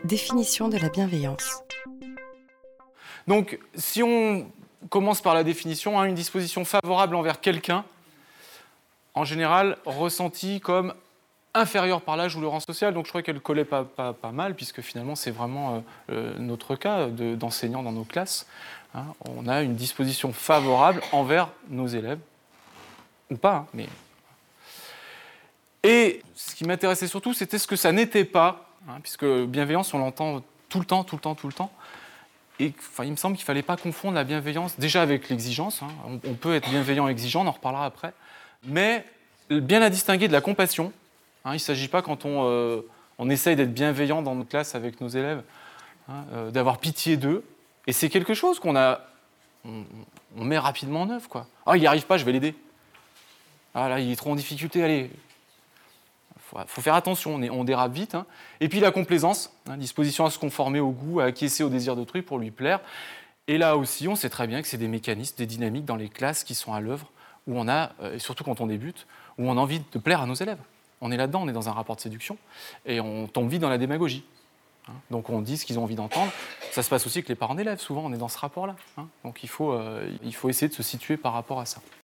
Définition de la bienveillance. Donc, si on commence par la définition, une disposition favorable envers quelqu'un, en général, ressentie comme inférieure par l'âge ou le rang social. Donc, je crois qu'elle collait pas mal, puisque finalement, c'est vraiment notre cas d'enseignants dans nos classes. On a une disposition favorable envers nos élèves, ou pas, mais... Et ce qui m'intéressait surtout, c'était ce que ça n'était pas, puisque bienveillance, on l'entend tout le temps. Et il me semble qu'il ne fallait pas confondre la bienveillance, déjà avec l'exigence. On peut être bienveillant et exigeant, on en reparlera après. Mais bien la distinguer de la compassion. Il ne s'agit pas, quand on essaye d'être bienveillant dans notre classe avec nos élèves, d'avoir pitié d'eux. Et c'est quelque chose qu'on met rapidement en œuvre, quoi. Il n'y arrive pas, je vais l'aider. Là, il est trop en difficulté, allez. Faut faire attention, on dérape vite. Et puis la complaisance, disposition à se conformer au goût, à acquiescer au désir d'autrui pour lui plaire. Et là aussi, on sait très bien que c'est des mécanismes, des dynamiques dans les classes qui sont à l'œuvre, où on a, et surtout quand on débute, où on a envie de plaire à nos élèves. On est là-dedans, on est dans un rapport de séduction, et on tombe vite dans la démagogie. Donc on dit ce qu'ils ont envie d'entendre. Ça se passe aussi avec les parents d'élèves, souvent on est dans ce rapport-là. Donc il faut essayer de se situer par rapport à ça.